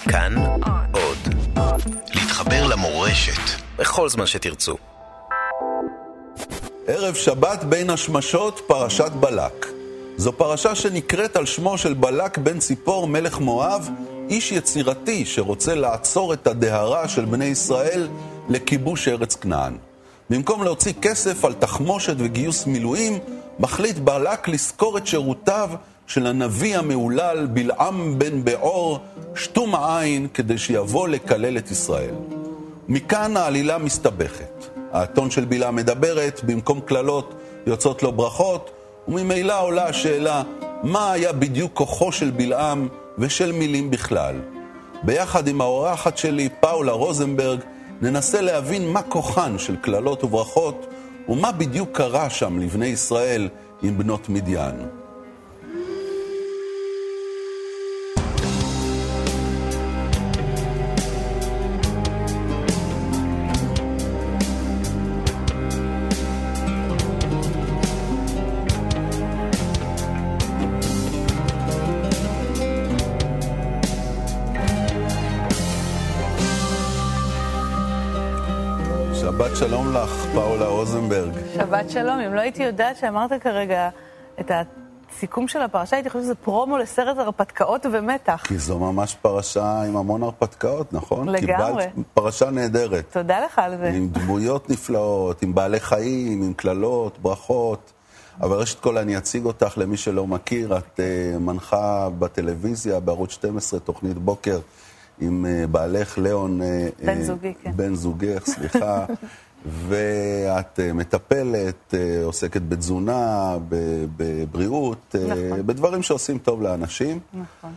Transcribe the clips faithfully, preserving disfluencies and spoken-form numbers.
כאן עוד. להתחבר למורשת בכל זמן שתרצו. ערב שבת בין השמשות, פרשת בלק. זו פרשה שנקראת על שמו של בלק בן ציפור מלך מואב, איש יצירתי שרוצה לעצור את הדהרה של בני ישראל לכיבוש ארץ כנען. במקום להוציא כסף על תחמושת וגיוס מילואים, מחליט בלק לזכור את שירותיו של הנביא המעולל בלעם בן בעור, שתום העין, כדי שיבוא לקלל את ישראל. מכאן העלילה מסתבכת. האתון של בלעם מדברת, במקום כללות יוצאות לו ברכות, וממילא עולה השאלה, מה היה בדיוק כוחו של בלעם ושל מילים בכלל? ביחד עם האורחת שלי, פאולה רוזנברג, ננסה להבין מה כוחן של כללות וברכות, ומה בדיוק קרה שם לבני ישראל עם בנות מדיין. שבת שלום לך, פאולה רוזנברג. שבת שלום. אם לא הייתי יודעת שאמרת כרגע את הסיכום של הפרשה, הייתי חושבת שזה פרומו לסרט הרפתקאות ומתח. כי זו ממש פרשה עם המון הרפתקאות, נכון? לגמרי. קיבלת פרשה נהדרת. תודה לך על זה. עם דמויות נפלאות, עם בעלי חיים, עם כללות, ברכות. אבל ראשית כל אני אציג אותך למי שלא מכיר, את uh, מנחה בטלוויזיה, בערוץ שתים עשרה, תוכנית בוקר, עם uh, בעלך ליאון... Uh, בן זוגי, כן. בן זוגך, סליחה. ואת uh, מטפלת, uh, עוסקת בתזונה, בבריאות, נכון. uh, בדברים שעושים טוב לאנשים. נכון.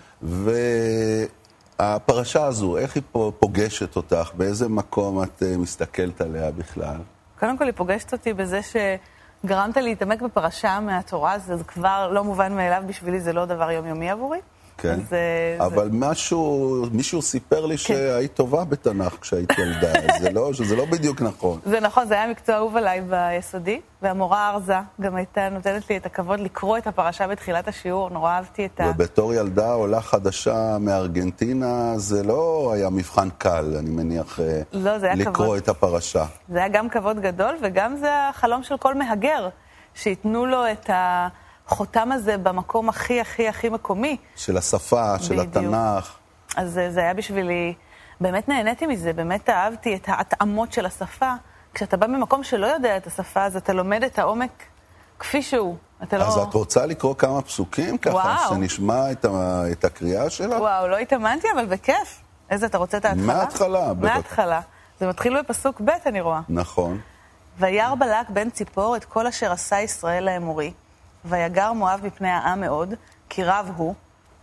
והפרשה הזו, איך היא פה פוגשת אותך? באיזה מקום את uh, מסתכלת עליה בכלל? קודם כל היא פוגשת אותי בזה שגרמת להתעמק בפרשה מהתורה, זה כבר לא מובן מאליו בשבילי, זה לא דבר יומיומי עבורי. כן, זה, אבל זה... משהו, מישהו סיפר לי כן. שהיית טובה בתנ"ך כשהיית ילדה, זה לא, שזה לא בדיוק נכון. זה נכון, זה היה מקצוע אהוב עליי ביסודי, והמורה ארזה גם הייתה נותנת לי את הכבוד לקרוא את הפרשה בתחילת השיעור, נורא אהבתי את ה... ובתור ילדה עולה חדשה מארגנטינה, זה לא היה מבחן קל, אני מניח, לא, זה היה לקרוא כבוד. את הפרשה. זה היה גם כבוד גדול, וגם זה החלום של כל מהגר, שיתנו לו את ה... חותם הזה במקום הכי הכי הכי מקומי. של השפה, של בדיוק. התנ"ך. אז זה היה בשבילי, באמת נהניתי מזה, באמת אהבתי את ההתאמות של השפה. כשאתה בא ממקום שלא יודע את השפה, אז אתה לומד את העומק כפי שהוא. אתה אז לא... את רוצה לקרוא כמה פסוקים ככה, וואו. שנשמע את, ה... את הקריאה שלה? וואו, לא התאמנתי, אבל בכיף. איזה, אתה רוצה את ההתחלה? מההתחלה, בטח. מההתחלה. זה מתחיל בפסוק ב', אני רואה. נכון. וירא בלק בן ציפור את כל אשר עשה ישראל לאמורי, ויגר מואב מפני העם מאוד, כי רב הוא.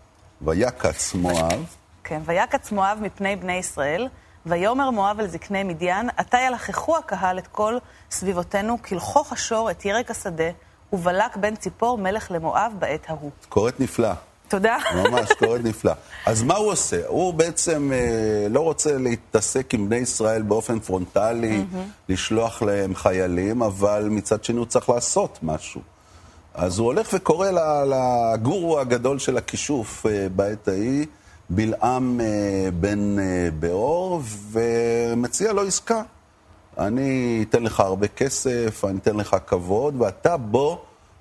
ויקץ מואב. כן, ויקץ מואב מפני בני ישראל, ויאמר מואב אל זקני מדיין, עתה ילחכו הקהל את כל סביבותינו, כלכוך השור את ירק השדה, ובלק בן ציפור מלך למואב בעת ההוא. קוראת נפלא. תודה. ממש, קוראת נפלא. אז מה הוא עושה? הוא בעצם אה, לא רוצה להתעסק עם בני ישראל באופן פרונטלי, לשלוח להם חיילים, אבל מצד שני הוא צריך לעשות משהו. אז הוא הולך וקורא לגורו הגדול של הכישוף בעת ההיא, בלעם בן בעור, ומציע לו עסקה. אני אתן לך הרבה כסף, אני אתן לך כבוד, ואתה בוא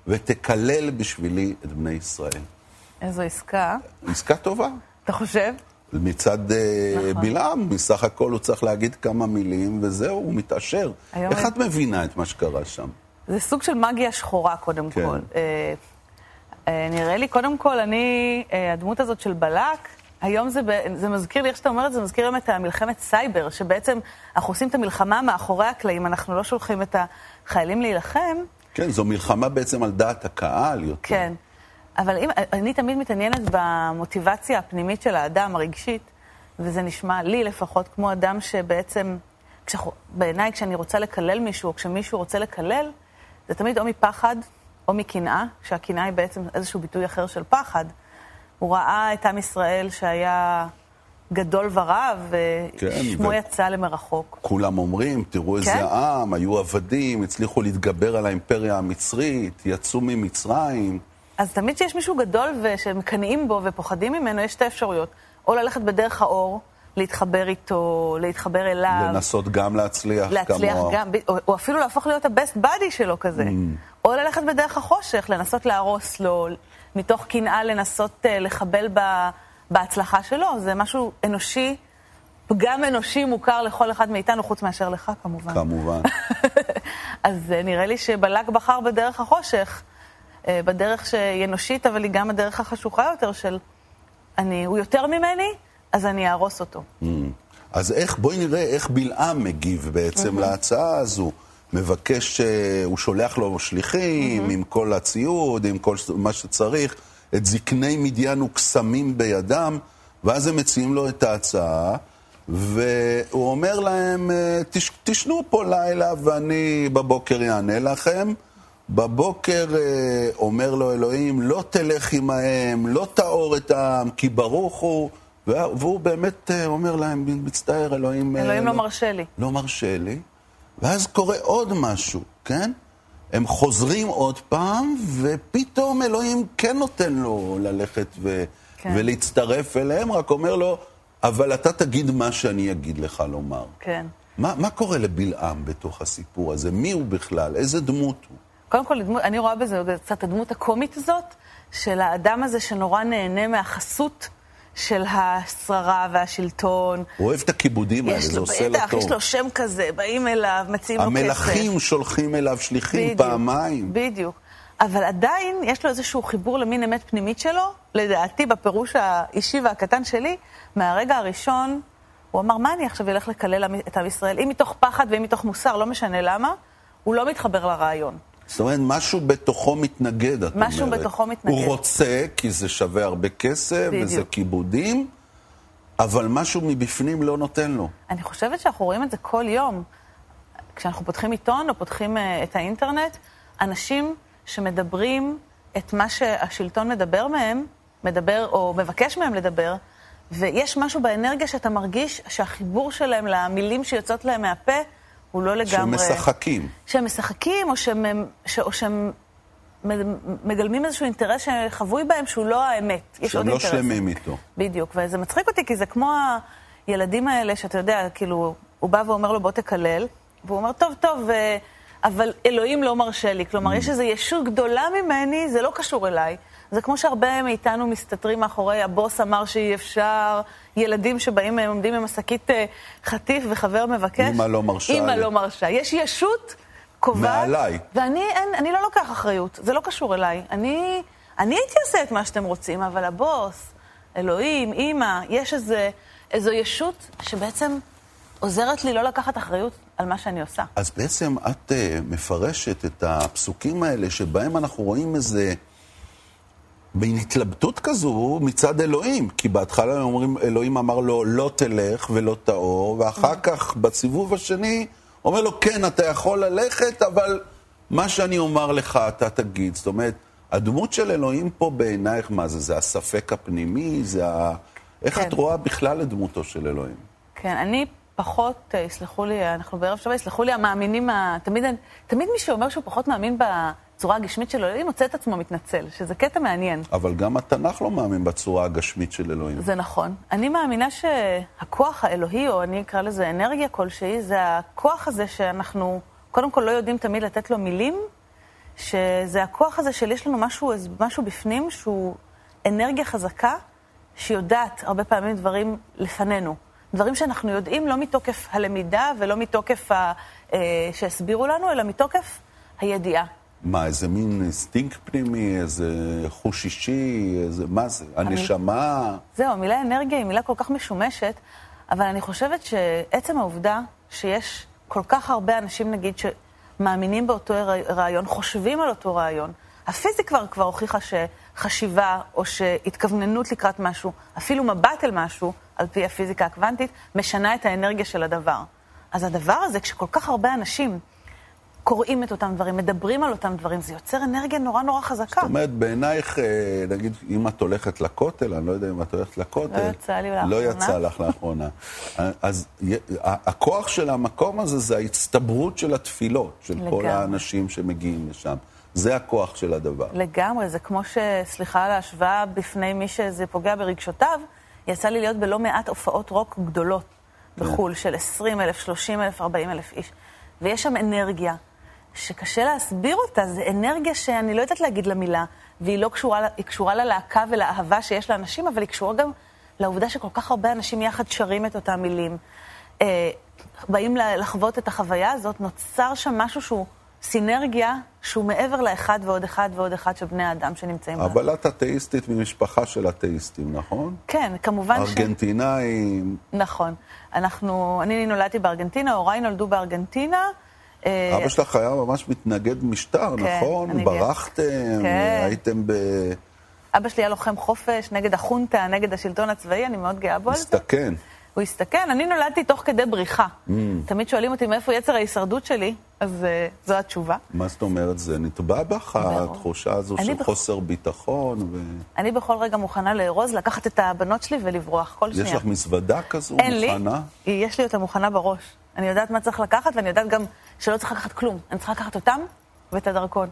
ותקלל בשבילי את בני ישראל. איזו עסקה. עסקה טובה. אתה חושב? מצד נכון. בלעם, מסך הכל הוא צריך להגיד כמה מילים, וזהו, הוא מתעשר. איך את מבינה את מה שקרה שם? זה סוג של מגיה שחורה, קודם כן. כל. אה, אה, נראה לי, קודם כל, אני, אה, הדמות הזאת של בלק, היום זה, זה מזכיר לי, איך שאתה אומר את זה, מזכיר גם את המלחמת סייבר, שבעצם אנחנו עושים את המלחמה מאחורי הקלעים, אנחנו לא שולחים את החיילים להילחם. כן, זו מלחמה בעצם על דעת הקהל יותר. כן, אבל אם, אני תמיד מתעניינת במוטיבציה הפנימית של האדם, הרגשית, וזה נשמע לי לפחות כמו אדם שבעצם, כשאנחנו, בעיניי כשאני רוצה לקלל מישהו, או כשמישהו רוצה לקלל, זה תמיד או מפחד או מקנאה, שהקנאה היא בעצם איזשהו ביטוי אחר של פחד. הוא ראה את עם ישראל שהיה גדול ורב, ושמו יצא למרחוק. כולם אומרים, תראו איזה עם, היו עבדים, הצליחו להתגבר על האימפריה המצרית, יצאו ממצרים. אז תמיד שיש מישהו גדול ושמקנאים בו ופוחדים ממנו, יש שתי אפשרויות. או ללכת בדרך האור, להתחבר איתו, להתחבר אליו. לנסות גם להצליח, להצליח כמוהו. גם, או, או אפילו להפוך להיות הבסט בדי שלו כזה. Mm. או ללכת בדרך החושך, לנסות להרוס לו, מתוך קנאה לנסות uh, לחבל ב, בהצלחה שלו. זה משהו אנושי, פגם אנושי מוכר לכל אחד מאיתנו, חוץ מאשר לך כמובן. כמובן. אז uh, נראה לי שבלק בחר בדרך החושך, uh, בדרך שהיא אנושית, אבל היא גם הדרך החשוכה יותר של, אני, הוא יותר ממני, אז אני אהרוס אותו. Mm. אז איך, בואי נראה איך בלעם מגיב בעצם mm-hmm. להצעה הזו. מבקש, הוא שולח לו שליחים mm-hmm. עם כל הציוד, עם כל מה שצריך, את זקני מדיין וקסמים בידם, ואז הם מציעים לו את ההצעה, והוא אומר להם, תש, תשנו פה לילה ואני בבוקר יענה לכם. בבוקר אומר לו אלוהים, לא תלך עמהם, לא תאור את העם, כי ברוך הוא, והוא באמת אומר להם, מצטער, אלוהים... אלוהים לא, לא מרשה לי. לא מרשה לי. ואז קורה עוד משהו, כן? הם חוזרים עוד פעם, ופתאום אלוהים כן נותן לו ללכת ו... כן. ולהצטרף אליהם, רק אומר לו, אבל אתה תגיד מה שאני אגיד לך לומר. כן. מה, מה קורה לבלעם בתוך הסיפור הזה? מי הוא בכלל? איזה דמות הוא? קודם כל, אני רואה בזה קצת הדמות הקומית הזאת, של האדם הזה שנורא נהנה מהחסות של השררה והשלטון. הוא אוהב את הכיבודים האלה, זה עושה לו טוב. יש לו שם כזה, באים אליו, מציעים לו כסף. המלכים שולחים אליו שליחים פעמיים. בדיוק. אבל עדיין יש לו איזשהו חיבור למין אמת פנימית שלו, לדעתי בפירוש האישי והקטן שלי, מהרגע הראשון, הוא אמר, מה אני עכשיו אלך לקלל את עם ישראל? אם מתוך פחד ואם מתוך מוסר, לא משנה למה, הוא לא מתחבר לרעיון. זאת אומרת, משהו בתוכו מתנגד, את אומרת. משהו בתוכו מתנגד. הוא רוצה, כי זה שווה הרבה כסף, בדיוק. וזה כיבודים, אבל משהו מבפנים לא נותן לו. אני חושבת שאנחנו רואים את זה כל יום. כשאנחנו פותחים עיתון או פותחים uh, את האינטרנט, אנשים שמדברים את מה שהשלטון מדבר מהם, מדבר או מבקש מהם לדבר, ויש משהו באנרגיה שאתה מרגיש שהחיבור שלהם למילים שיוצאות להם מהפה, הוא לא לגמרי... שהם משחקים. שהם משחקים, או שהם, ש... או שהם מגלמים איזשהו אינטרס שחבוי בהם, שהוא לא האמת. שהם לא שלמים איתו. בדיוק, וזה מצחיק אותי, כי זה כמו הילדים האלה, שאתה יודע, כאילו, הוא בא ואומר לו, בוא תקלל, והוא אומר, טוב, טוב, אבל אלוהים לא מרשה לי. כלומר, יש איזו ישות גדולה ממני, זה לא קשור אליי. זה כמו שהרבה מאיתנו מסתתרים מאחורי, הבוס אמר שאי אפשר, ילדים שבאים, עומדים עם עסקית חטיף וחבר מבקש. אמא לא מרשה. אמא לא מרשה. יש ישות קובעת. מעליי. ואני אין, אני לא לוקח אחריות, זה לא קשור אליי. אני, אני הייתי עושה את מה שאתם רוצים, אבל הבוס, אלוהים, אמא, יש איזה, איזו ישות שבעצם עוזרת לי לא לקחת אחריות על מה שאני עושה. אז בעצם את uh, מפרשת את הפסוקים האלה שבהם אנחנו רואים איזה... בין התלבטות כזו מצד אלוהים, כי בהתחלה אומרים, אלוהים אמר לו לא תלך ולא תאור, ואחר כך בסיבוב השני אומר לו כן, אתה יכול ללכת, אבל מה שאני אומר לך אתה תגיד. זאת אומרת, הדמות של אלוהים פה בעינייך, מה זה? זה הספק הפנימי? זה ה... איך כן. את רואה בכלל את דמותו של אלוהים? כן, אני פחות, יסלחו לי, אנחנו בערב שווה, יסלחו לי המאמינים, תמיד, תמיד מי שאומר שהוא פחות מאמין בצורה הגשמית של אלוהים, מוצא את עצמו מתנצל, שזה קטע מעניין. אבל גם התנ"ך לא מאמין בצורה הגשמית של אלוהים. זה נכון. אני מאמינה שהכוח האלוהי, או אני אקרא לזה אנרגיה כלשהי, זה הכוח הזה שאנחנו, קודם כל לא יודעים תמיד לתת לו מילים, שזה הכוח הזה של יש לנו משהו, משהו בפנים, שהוא אנרגיה חזקה, שיודעת הרבה פעמים דברים לפנינו. דברים שאנחנו יודעים לא מתוקף הלמידה ולא מתוקף ה, אה, שהסבירו לנו, אלא מתוקף הידיעה. מה, איזה מין אינסטינקט פנימי, איזה חוש אישי, איזה, מה זה? הנשמה? זהו, המילה אנרגיה היא מילה כל כך משומשת, אבל אני חושבת שעצם העובדה שיש כל כך הרבה אנשים, נגיד, שמאמינים באותו רעיון, חושבים על אותו רעיון, הפיזיקה כבר, כבר הוכיחה שחשיבה או שהתכווננות לקראת משהו, אפילו מבט אל משהו, על פי הפיזיקה הקוונטית, משנה את האנרגיה של הדבר. אז הדבר הזה, כשכל כך הרבה אנשים קוראים את אותם דברים, מדברים על אותם דברים, זה יוצר אנרגיה נורא נורא חזקה. זאת אומרת, בעינייך, נגיד, אם את הולכת לכותל, אני לא יודע אם את הולכת לכותל, לא יצא לי לאחרונה. לא יצא לך לאחרונה. אז הכוח של המקום הזה, זה ההצטברות של התפילות, של כל האנשים שמגיעים לשם. זה הכוח של הדבר. לגמרי, זה כמו שסליחה על ההשוואה בפני מי שזה פוגע ברגשותיו, יצא לי להיות בלא מעט הופעות רוק גדולות בחול, של עשרים אלף, שלושים אלף, ארבעים אלף איש. ויש שם אנרגיה שקשה להסביר אותה, זה אנרגיה שאני לא יודעת להגיד לה מילה, והיא לא קשורה, היא קשורה ללהקה ולאהבה שיש לאנשים, אבל היא קשורה גם לעובדה שכל כך הרבה אנשים יחד שרים את אותם מילים. אה, באים לחוות את החוויה הזאת, נוצר שם משהו שהוא סינרגיה, שהוא מעבר לאחד ועוד אחד ועוד אחד של בני האדם שנמצאים. אבל את אתאיסטית ממשפחה של אתאיסטים, נכון? כן, כמובן ש... ארגנטינאים. נכון. אנחנו, אני נולדתי בארגנטינה, הוריי נולדו בארגנטינה. אבא שלך היה ממש מתנגד משטר, נכון? ברחתם, הייתם ב... אבא שלי היה לוחם חופש נגד החונטה, נגד השלטון הצבאי, אני מאוד גאה בו על זה. הסתכן. הוא הסתכן, אני נולדתי תוך כדי בריחה. תמיד שואלים אותי מאיפה יצר ההישרדות שלי, אז זו התשובה. מה זאת אומרת? זה נטבע בך, התחושה הזו של חוסר ביטחון? אני בכל רגע מוכנה לארוז, לקחת את הבנות שלי ולברוח, כל שנייה. יש לך מזוודה כזו מוכנה? אין לי, יש לי אותה מוכנה בראש. אני יודעת מה צריך לקחת, ואני יודעת גם שלא צריך לקחת כלום. אני צריכה לקחת אותם ואת הדרכון.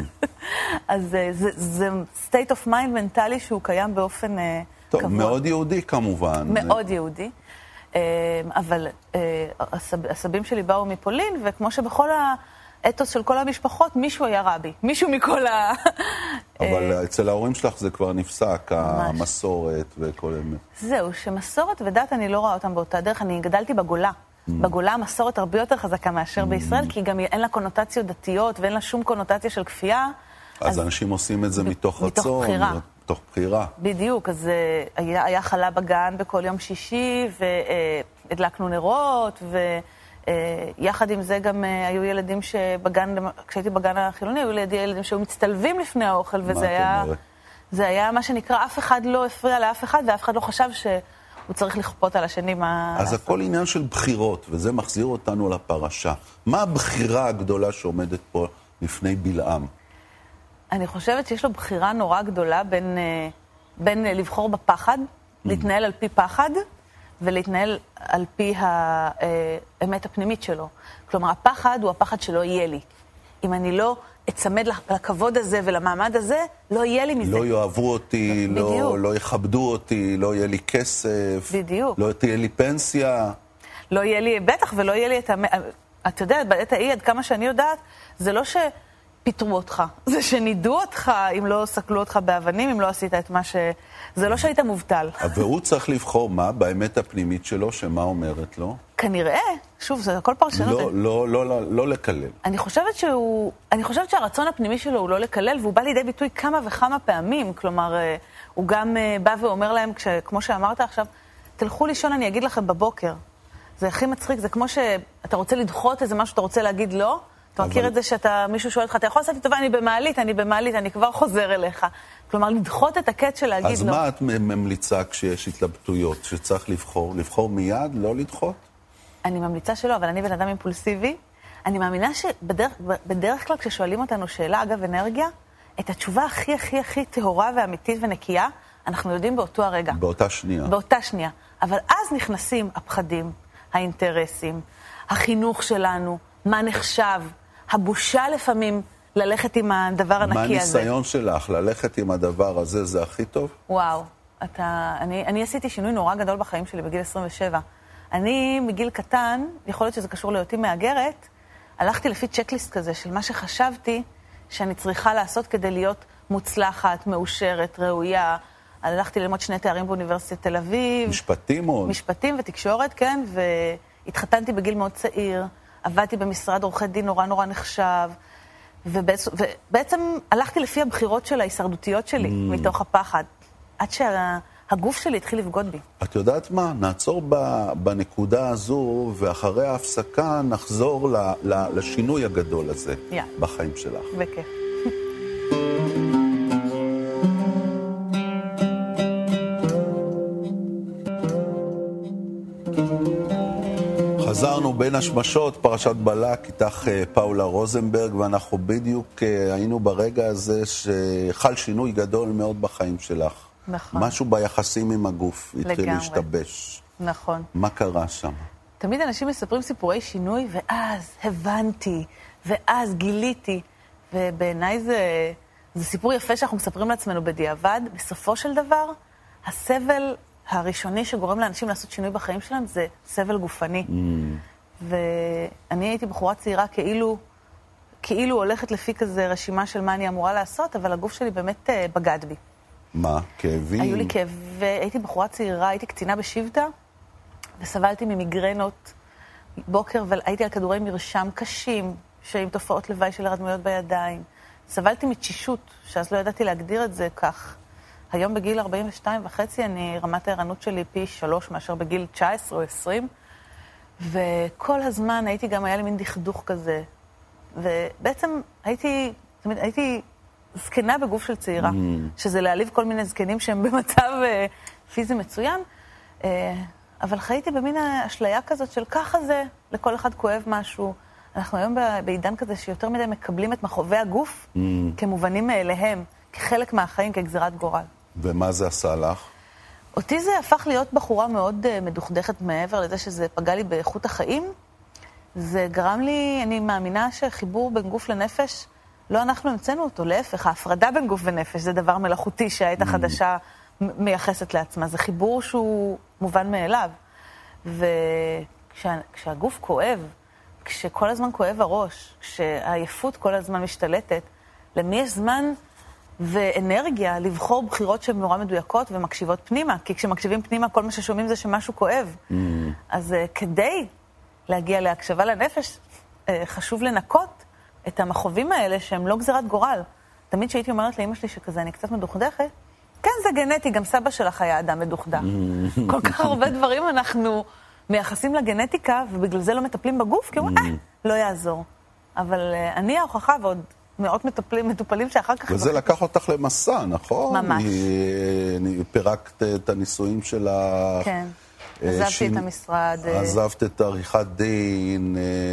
אז זה state of mind מנטלי שהוא קיים באופן קבוע. טוב, מאוד יהודי כמובן. מאוד יהודי. אבל הסבים שלי באו מפולין, וכמו שבכל האתוס של כל המשפחות, מישהו היה רבי. מישהו מכל ה... אבל אצל ההורים שלך זה כבר נפסק, המסורת וכל... זהו, שמסורת ודת אני לא רואה אותם באותה דרך. אני גדלתי בגולה. בגולה המסורת הרבה יותר חזקה מאשר בישראל, כי גם אין לה קונוטציות דתיות ואין לה שום קונוטציה של כפייה. אז אנשים עושים את זה מתוך רצון. מתוך בחירה. מתוך בחירה. בדיוק, אז היה, היה חלה בגן בכל יום שישי, והדלקנו נרות, ויחד עם זה גם היו ילדים שבגן, כשהייתי בגן החילוני, היו לידי ילדים שהיו מצטלבים לפני האוכל, וזה היה, זה היה מה שנקרא, אף אחד לא הפריע לאף אחד, ואף אחד לא חשב ש... הוא צריך לכפות על השני מה... אז הכל עניין של בחירות, וזה מחזיר אותנו לפרשה. מה הבחירה הגדולה שעומדת פה לפני בלעם? אני חושבת שיש לו בחירה נורא גדולה בין, בין לבחור בפחד, להתנהל על פי פחד, ולהתנהל על פי האמת הפנימית שלו. כלומר, הפחד הוא הפחד שלא יהיה לי. אם אני לא אצמד לכבוד הזה ולמעמד הזה, לא יהיה לי מזה. לא יאהבו אותי, לא, לא יכבדו אותי, לא יהיה לי כסף. בדיוק. לא תהיה לי פנסיה. לא יהיה לי, בטח, ולא יהיה לי את... את יודעת, בעת האי, עד כמה שאני יודעת, זה לא שפיתרו אותך, זה שנידו אותך אם לא סקלו אותך באבנים, אם לא עשית את מה ש... זה לא שהיית מובטל. והוא צריך לבחור מה? באמת הפנימית שלו, שמה אומרת לו? כנראה, שוב, זה הכל פרשנות. לא, לא, לא, לא, לא לקלל. אני חושבת שהוא, אני חושבת שהרצון הפנימי שלו הוא לא לקלל, והוא בא לידי ביטוי כמה וכמה פעמים. כלומר, הוא גם בא ואומר להם, כמו שאמרת עכשיו, תלכו לישון, אני אגיד לכם בבוקר. זה הכי מצחיק, זה כמו שאתה רוצה לדחות איזה משהו, אתה רוצה להגיד לא, אתה מכיר את זה שאתה, מישהו שואל לך, אתה יכול לעשות לי טובה, אני במעלית, אני במעלית, אני כבר חוזר אליך. כלומר, לדחות את הקץ של להגיד לא. אז מה את ממליצה כשיש התלבטויות, שצריך לבחור? לבחור מיד, לא לדחות? אני ממליצה שלא, אבל אני בן אדם אימפולסיבי. אני מאמינה שבדרך בדרך כלל כששואלים אותנו שאלה, אגב, אנרגיה, את התשובה הכי הכי הכי טהורה ואמיתית ונקייה, אנחנו יודעים באותו הרגע. באותה שנייה. באותה שנייה. אבל אז נכנסים הפחדים, האינטרסים, החינוך שלנו, מה נחשב, הבושה לפעמים ללכת עם הדבר הנקי הזה. מה הניסיון שלך? ללכת עם הדבר הזה זה הכי טוב? וואו. אתה, אני, אני עשיתי שינוי נורא גדול בחיים שלי בגיל עשרים ושבע. אני מגיל קטן, יכול להיות שזה קשור להיותי מהגרת, הלכתי לפי צ'קליסט כזה של מה שחשבתי שאני צריכה לעשות כדי להיות מוצלחת, מאושרת, ראויה. הלכתי ללמוד שני תארים באוניברסיטת תל אביב. משפטים או? משפטים ותקשורת, כן, והתחתנתי בגיל מאוד צעיר, עבדתי במשרד עורכי דין נורא נורא נחשב, ובעצם, ובעצם הלכתי לפי הבחירות של ההישרדותיות שלי, mm. מתוך הפחד, עד שהגוף שלי התחיל לבגוד בי. את יודעת מה? נעצור בנקודה הזו, ואחרי ההפסקה נחזור ל, ל, לשינוי הגדול הזה yeah. בחיים שלך. בכיף. חזרנו בין השמשות, פרשת בלק, איתך פאולה רוזנברג, ואנחנו בדיוק היינו ברגע הזה שחל שינוי גדול מאוד בחיים שלך. נכון. משהו ביחסים עם הגוף התחיל להשתבש. נכון. מה קרה שם? תמיד אנשים מספרים סיפורי שינוי, ואז הבנתי, ואז גיליתי, ובעיניי זה, זה סיפור יפה שאנחנו מספרים לעצמנו בדיעבד. בסופו של דבר, הסבל הראשוני שגורם לאנשים לעשות שינוי בחיים שלהם זה סבל גופני. Mm. ואני הייתי בחורה צעירה כאילו, כאילו הולכת לפי כזה רשימה של מה אני אמורה לעשות, אבל הגוף שלי באמת uh, בגד בי. מה? כאבים? היו לי כאב, הייתי בחורה צעירה, הייתי קצינה בשבטה, וסבלתי ממיגרנות בוקר, והייתי על כדורי מרשם קשים, שעם תופעות לוואי של הרדמויות בידיים. סבלתי מתשישות, שאז לא ידעתי להגדיר את זה כך. היום בגיל ארבעים ושתיים וחצי, אני, רמת הערנות שלי פי שלוש מאשר בגיל תשע עשרה או עשרים, וכל הזמן הייתי גם, היה לי מין דכדוך כזה, ובעצם הייתי, תמיד, הייתי זקנה בגוף של צעירה, mm. שזה להעליב כל מיני זקנים שהם במצב uh, פיזי מצוין, uh, אבל חייתי במין האשליה כזאת של ככה זה, לכל אחד כואב משהו. אנחנו היום בעידן כזה שיותר מדי מקבלים את מחובי הגוף mm. כמובנים מאליהם, כחלק מהחיים, כגזירת גורל. ומה זה עשה לך? אותי זה הפך להיות בחורה מאוד uh, מדוכדכת מעבר לזה שזה פגע לי באיכות החיים. זה גרם לי, אני מאמינה שחיבור בין גוף לנפש, לא אנחנו המצאנו אותו, להפך, ההפרדה בין גוף ונפש זה דבר מלאכותי שהעת החדשה מייחסת לעצמה. זה חיבור שהוא מובן מאליו. וכשהגוף כואב, כשכל הזמן כואב הראש, כשהעייפות כל הזמן משתלטת, למי יש זמן ואנרגיה לבחור בחירות שהן נורא מדויקות ומקשיבות פנימה? כי כשמקשיבים פנימה, כל מה ששומעים זה שמשהו כואב. Mm. אז uh, כדי להגיע להקשבה לנפש, uh, חשוב לנקות את המחובים האלה שהם לא גזירת גורל. תמיד שהייתי אומרת לאמא שלי שכזה אני קצת מדוכדכת, כן, זה גנטי, גם סבא שלך היה אדם מדוכדך. כל כך הרבה דברים אנחנו מייחסים לגנטיקה, ובגלל זה לא מטפלים בגוף, כי הוא אה, לא יעזור. אבל uh, אני ההוכחה ועוד מאות מטפלים, מטופלים שאחר כך... וזה לקח אותך למסע, נכון? ממש. היא פירקת את הניסויים שלה... כן, עזבתי את המשרד. עזבת את עריכת דין.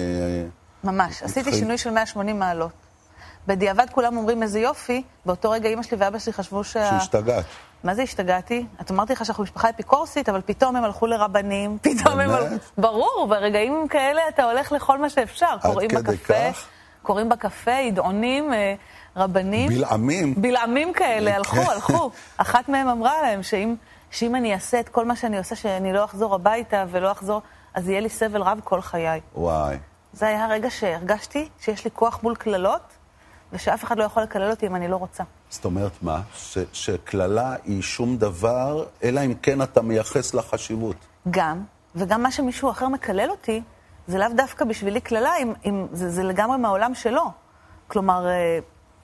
ממש, עשיתי שינוי של מאה ושמונים מעלות. בדיעבד כולם אומרים איזה יופי, באותו רגע אמא שלי ואבא שלי חשבו שה... שהשתגעת. מה זה השתגעתי? את אמרתי לך שאנחנו משפחה אפיקורסית, אבל פתאום הם הלכו לרבנים, פתאום הם הלכו... ברור, ברגעים כאלה אתה הולך לכל מה שאפשר. קוראים בקפה, קוראים בקפה, ידעונים, רבנים. בלעמים. בלעמים כאלה, הלכו, הלכו. אחת מהם אמרה להם שאם, שאם אני אעשה את כל מה שאני עושה, שאני לא אחזור הביתה ולא אחזור, אז יהיה לי סבל רב כל חיי. וואי. זה היה הרגע שהרגשתי שיש לי כוח מול כללות, ושאף אחד לא יכול לקלל אותי אם אני לא רוצה. זאת אומרת מה? ש- שכללה היא שום דבר, אלא אם כן אתה מייחס לה חשיבות. גם, וגם מה שמישהו אחר מקלל אותי, זה לאו דווקא בשבילי כללה, אם, אם, זה, זה לגמרי מהעולם שלו. כלומר, אה,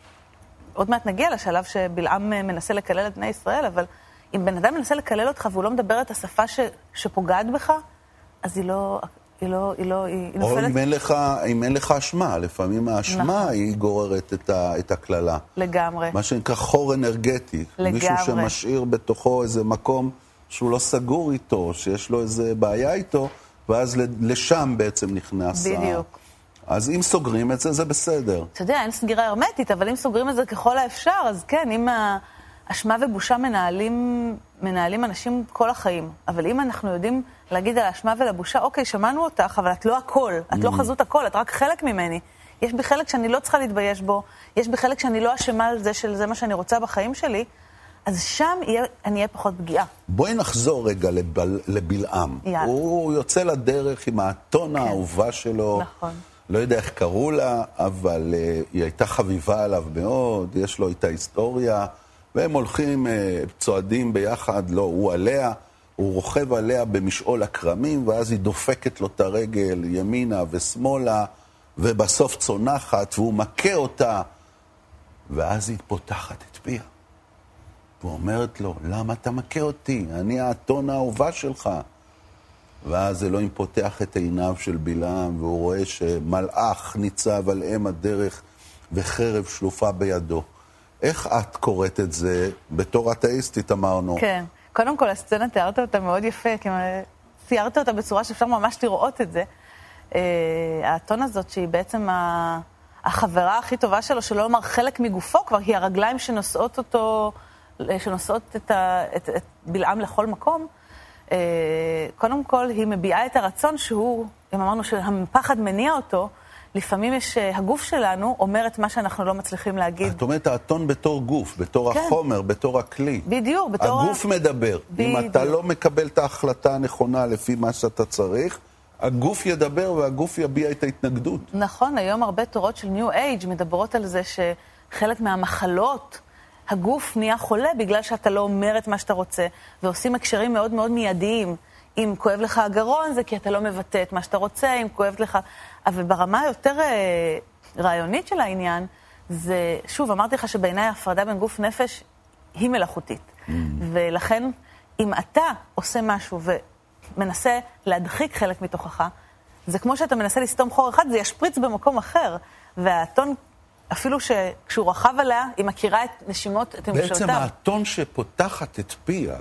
עוד מעט נגיע לשלב שבלעם מנסה לקלל את בני ישראל, אבל אם בן אדם מנסה לקלל אותך והוא לא מדבר את השפה ש, שפוגעת בך, אז היא לא... היא לא, היא לא, היא נופלת... או אם אין לך, אם אין לך אשמה, לפעמים האשמה נכון. היא גוררת את, ה, את הכללה. לגמרי. מה שנקרא חור אנרגטי. לגמרי. מישהו שמשאיר בתוכו איזה מקום שהוא לא סגור איתו, שיש לו איזה בעיה איתו, ואז לשם בעצם נכנס. בדיוק. ה... אז אם סוגרים את זה, זה בסדר. אתה יודע, אין סגירה הרמטית, אבל אם סוגרים את זה ככל האפשר, אז כן, אם האשמה ובושה מנהלים, מנהלים אנשים כל החיים. אבל אם אנחנו יודעים להגיד על האשמה ולבושה, אוקיי, שמענו אותך, אבל את לא הכל, את לא חזות הכל, את רק חלק ממני. יש בי חלק שאני לא צריכה להתבייש בו, יש בי חלק שאני לא אשמה על זה של זה מה שאני רוצה בחיים שלי, אז שם יהיה, אני אהיה פחות פגיעה. בואי נחזור רגע לבל, לבלעם. יאללה. הוא יוצא לדרך עם האתונה כן. האהובה שלו. נכון. לא יודע איך קראו לה, אבל uh, היא הייתה חביבה עליו מאוד, יש לו איתה היסטוריה, והם הולכים, uh, צועדים ביחד, לא, הוא עליה, הוא רוכב עליה במשעול הקרמים, ואז היא דופקת לו את הרגל ימינה ושמאלה, ובסוף צונחת, והוא מכה אותה, ואז היא פותחת את פיה. ואומרת לו, למה אתה מכה אותי? אני האתונה האהובה שלך. ואז אלוהים פותח את עיניו של בלעם, והוא רואה שמלאך ניצב על אם הדרך, וחרב שלופה בידו. איך את קוראת את זה? בתור אתאיסטית אמרנו. כן. קודם כל, הסצנה תיארת אותה מאוד יפה, כי ציירת אותה בצורה שאפשר ממש לראות את זה. האתונה הזאת, שהיא בעצם החברה הכי טובה שלו, שלא לומר חלק מגופו, כבר היא הרגליים שנושאות אותו, שנושאות את, ה, את, את בלעם לכל מקום. קודם כל, היא מביעה את הרצון שהוא, אם אמרנו שהפחד מניע אותו, לפעמים יש, הגוף שלנו אומר את מה שאנחנו לא מצליחים להגיד. את אומרת, האתון בתור גוף, בתור כן. החומר, בתור הכלי. בדיוק, בתור... הגוף ה... מדבר. בדיוק. אם אתה לא מקבל את ההחלטה הנכונה לפי מה שאתה צריך, הגוף ידבר והגוף יביע את ההתנגדות. נכון, היום הרבה תורות של ניו אייג' מדברות על זה שחלק מהמחלות, הגוף נהיה חולה בגלל שאתה לא אומר את מה שאתה רוצה, ועושים הקשרים מאוד מאוד מיידיים. אם כואב לך הגרון, זה כי אתה לא מבטא את מה שאתה רוצה, אם כואבת לך... אבל ברמה היותר אה, רעיונית של העניין, זה, שוב, אמרתי לך שבעיניי ההפרדה בין גוף נפש היא מלאכותית. Mm. ולכן, אם אתה עושה משהו ומנסה להדחיק חלק מתוכך, זה כמו שאתה מנסה לסתום חור אחד, זה ישפריץ במקום אחר. והאתון, אפילו שכשהוא רחב עליה, היא מכירה את נשימות, את נפשותיו. בעצם האתון שפותחת את פיה,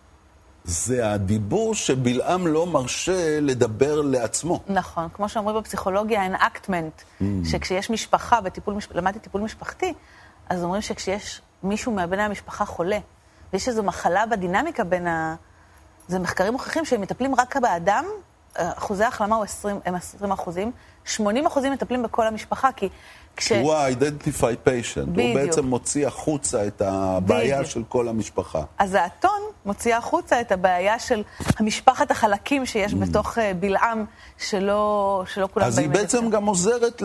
זה הדיבור שבלעם לא מרשה לדבר לעצמו. נכון, כמו שאומרים בפסיכולוגיה, enactment, mm. שכשיש משפחה, בטיפול, למדתי טיפול משפחתי, אז אומרים שכשיש מישהו מהבני המשפחה חולה, ויש איזו מחלה בדינמיקה בין ה... זה מחקרים מוכיחים שהם מטפלים רק באדם, אחוזי ההחלמה הוא עשרים, הם עשרים אחוזים, שמונים אחוזים מטפלים בכל המשפחה, כי כש... הוא ה-identify patient, בדיוק. הוא בעצם מוציא החוצה את הבעיה בדיוק. של כל המשפחה. אז האתון מוציא החוצה את הבעיה של המשפחת החלקים שיש mm. בתוך בלעם, שלא, שלא כולם אז היא בעצם גם עוזרת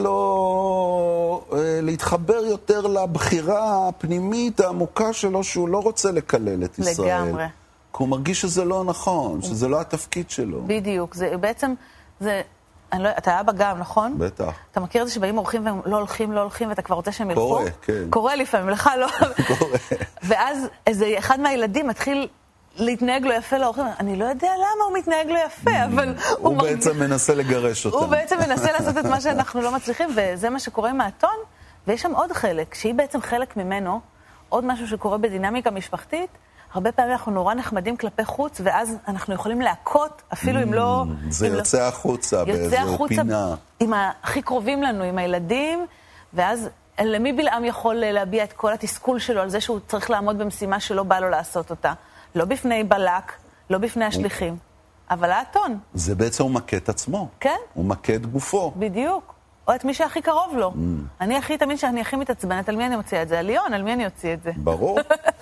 לו להתחבר יותר לבחירה הפנימית העמוקה שלו, שהוא לא רוצה לקלל את ישראל. לגמרי. כי הוא מרגיש שזה לא נכון, שזה לא התפקיד שלו. בדיוק, זה בעצם, זה, אני לא, אתה אבא גם, נכון? בטח. אתה מכיר את זה שבאים אורחים והם לא הולכים, לא הולכים, ואתה כבר רוצה שהם ילכו? קורה, כן. קורה לפעמים, לך לא. קורה. ואז איזה אחד מהילדים מתחיל להתנהג לו יפה לאורחים, אני לא יודע למה הוא מתנהג לו יפה, אבל הוא... הוא בעצם מנסה לגרש אותם. הוא בעצם מנסה לעשות את מה שאנחנו לא מצליחים, וזה מה שקורה עם האתון, ויש שם עוד חלק, שהיא בעצם חלק ממנו, עוד משהו שקורה בדינמיקה משפחתית, הרבה פעמים אנחנו נורא נחמדים כלפי חוץ, ואז אנחנו יכולים להכות, אפילו אם לא... זה יוצא החוצה באיזו פינה. עם הכי קרובים לנו, עם הילדים, ואז למי בלעם יכול להביע את כל התסכול שלו על זה שהוא צריך לעמוד במשימה שלא בא לו לעשות אותה? לא בפני בלק, לא בפני השליחים, אבל האתון. זה בעצם הוא מכה את עצמו. כן. הוא מכה את גופו. בדיוק. או את מי שהכי קרוב לו. אני הכי תמיד שאני הכי מתעצבנת, על מי אני מוציאה את זה? על ליאון, על מי אני אוציא את זה? ברור.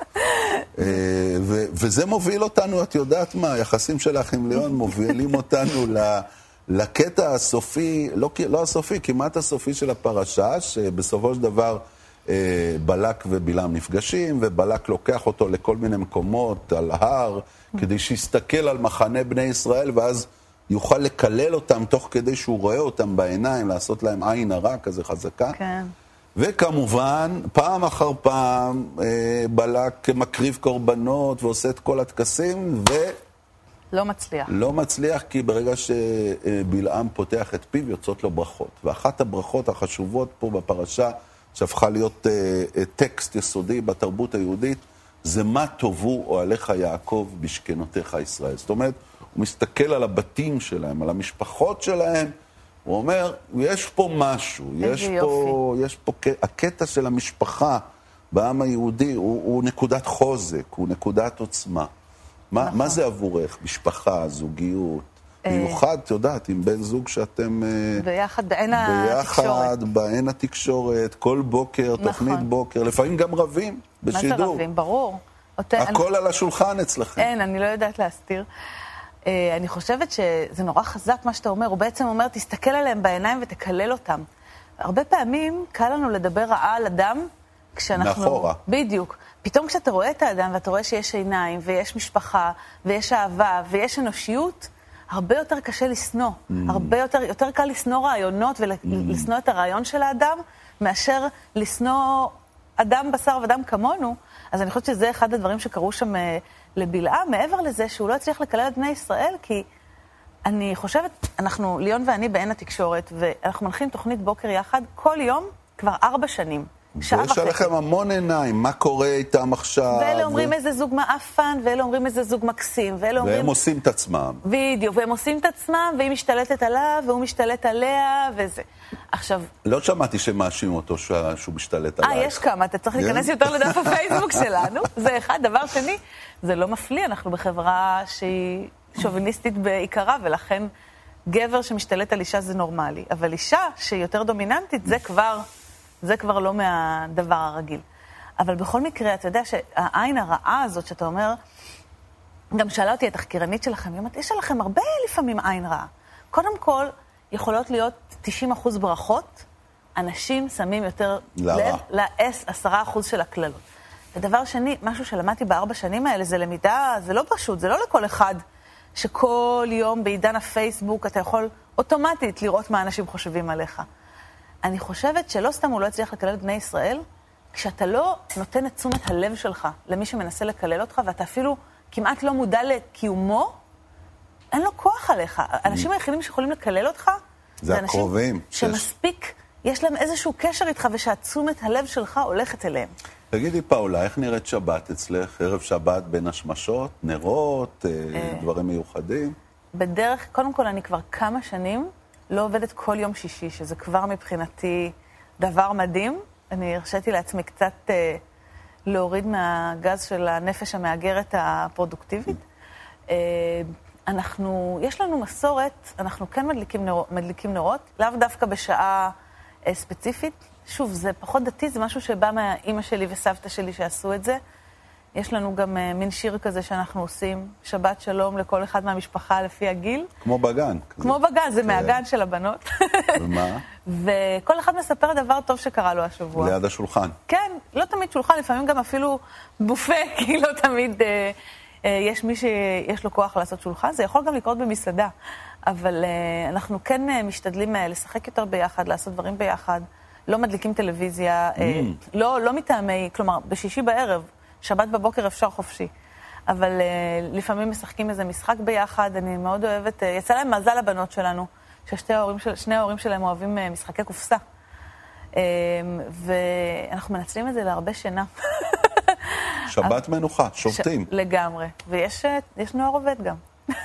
וזה מוביל אותנו, את יודעת מה, היחסים שלך עם ליאון מובילים אותנו לקטע הסופי, לא הסופי, כמעט הסופי של הפרשה, שבסופו של דבר בלק ובלעם נפגשים, ובלק לוקח אותו לכל מיני מקומות על הר, כדי שיסתכל על מחנה בני ישראל, ואז יוכל לקלל אותם תוך כדי שהוא רואה אותם בעיניים, לעשות להם עין הרע כזה חזקה. כן. וכמובן, פעם אחר פעם, בלק מקריב קורבנות ועושה את כל הטקסים, ו... לא מצליח. לא מצליח, כי ברגע שבלעם פותח את פיו, יוצאות לו ברכות. ואחת הברכות החשובות פה בפרשה, שהפכה להיות טקסט יסודי בתרבות היהודית, זה מה טובו אוהליך יעקב בשכנותיך ישראל. זאת אומרת, הוא מסתכל על הבתים שלהם, על המשפחות שלהם, הוא אומר, יש פה משהו, יש פה, יש פה, הקטע של המשפחה בעם היהודי הוא, הוא נקודת חוזק, הוא נקודת עוצמה. מה, מה זה עבורך? משפחה, זוגיות, במיוחד, את יודעת, עם בן זוג שאתם... ביחד, בעין התקשורת. ביחד, בעין התקשורת, כל בוקר, נכון. תוכנית בוקר, לפעמים גם רבים בשידור. מה זה רבים? ברור. הכל אני... על השולחן אצלכם. אין, אני לא יודעת להסתיר. אני חושבת שזה נורא חזק מה שאתה אומר, הוא בעצם אומר, תסתכל עליהם בעיניים ותקלל אותם. הרבה פעמים קל לנו לדבר רעה על אדם, כשאנחנו... מאחורה. בדיוק. פתאום כשאתה רואה את האדם ואתה רואה שיש עיניים, ויש משפחה, ויש אהבה, ויש אנושיות, הרבה יותר קשה לסנוע. Mm. הרבה יותר, יותר קל לסנוע רעיונות ולסנוע mm. את הרעיון של האדם, מאשר לסנוע אדם בשר ודם כמונו. אז אני חושבת שזה אחד הדברים שקרו שם לבלעם, מעבר לזה שהוא לא הצליח לקלל את בני ישראל, כי אני חושבת, אנחנו, ליאון ואני בעין התקשורת, ואנחנו מנחים תוכנית בוקר יחד, כל יום, כבר ארבע שנים. ויש עליכם המון עיניים, מה קורה איתם עכשיו? ואלה אומרים איזה זוג מאפן, ואלה אומרים איזה זוג מקסים, ואלה אומרים... והם עושים את עצמם. בדיוק, והם עושים את עצמם, והיא משתלטת עליו, והוא משתלט עליה, וזה. עכשיו... לא שמעתי שמאשים אותו שהוא משתלט עלייך. אה, יש כמה, אתה צריך להיכנס יותר לדף הפייסבוק שלנו. זה אחד. דבר שני, זה לא מפליא, אנחנו בחברה שהיא שוביניסטית בעיקרה, ולכן גבר שמשתלט על אישה זה נורמלי, אבל אישה שהיא יותר דומיננטית, זה כבר, זה כבר לא מהדבר הרגיל. אבל בכל מקרה, אתה יודע שהעין הרעה הזאת שאתה אומר, גם שאלה אותי התחקירנית שלכם, היא אומרת, יש לכם הרבה לפעמים עין רעה. קודם כל, יכולות להיות תשעים אחוז ברכות, אנשים שמים יותר לב ל-עשרה אחוז של הכללות. ודבר שני, משהו שלמדתי בארבע שנים האלה, זה למידה, זה לא פשוט, זה לא לכל אחד שכל יום בעידן הפייסבוק אתה יכול אוטומטית לראות מה אנשים חושבים עליך. אני חושבת שלא סתם הוא לא הצליח לקלל את בני ישראל, כשאתה לא נותן את תשומת הלב שלך למי שמנסה לקלל אותך, ואתה אפילו כמעט לא מודע לקיומו, אין לו כוח עליך. האנשים היחידים שיכולים לקלל אותך, זה הקרובים. שמספיק, יש להם איזשהו קשר איתך, ושהתשומת הלב שלך הולכת אליהם. תגידי, פאולה, איך נראית שבת אצלך? ערב שבת בין השמשות, נרות, דברים מיוחדים? בדרך, קודם כל, אני כבר כמה שנים לא עובדת כל יום שישי, שזה כבר מבחינתי דבר מדהים. אני הרשיתי לעצמי קצת אה, להוריד מהגז של הנפש המאגרת הפרודוקטיבית. אה, אנחנו, יש לנו מסורת, אנחנו כן מדליקים, נור, מדליקים נורות, לאו דווקא בשעה אה, ספציפית. שוב, זה פחות דתי, זה משהו שבא מהאימא שלי וסבתא שלי שעשו את זה. יש לנו גם אה, מין שיר כזה שאנחנו עושים, שבת שלום לכל אחד מהמשפחה לפי הגיל. כמו בגן. כמו כזה. בגן, זה כן. מהגן של הבנות. ומה? וכל אחד מספר דבר טוב שקרה לו השבוע. ליד השולחן. כן, לא תמיד שולחן, לפעמים גם אפילו בופה, כי לא תמיד אה, אה, יש מי שיש לו כוח לעשות שולחן. זה יכול גם לקרות במסעדה, אבל אה, אנחנו כן אה, משתדלים אה, לשחק יותר ביחד, לעשות דברים ביחד. לא מדליקים טלוויזיה, mm. אה, לא, לא מטעמי, כלומר, בשישי בערב, שבת בבוקר אפשר חופשי. אבל uh, לפעמים משחקים איזה משחק ביחד, אני מאוד אוהבת, uh, יצא להם מזל לבנות שלנו, ששני ההורים, של, שני ההורים שלהם אוהבים uh, משחקי קופסה. Uh, ואנחנו מנצלים את זה להרבה שינה. שבת מנוחה, שובתים. ש... לגמרי, ויש uh, נוער עובד גם.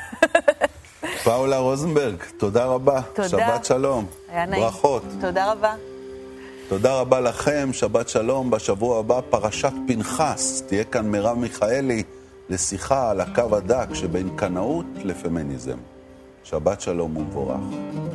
פאולה רוזנברג, תודה רבה. תודה. שבת שלום. היה נעים. ברכות. תודה רבה. תודה רבה לכם, שבת שלום. בשבוע הבא פרשת פנחס, תהיה כאן מרב מיכאלי לשיחה על הקו הדק שבין קנאות לפמיניזם. שבת שלום ומבורך.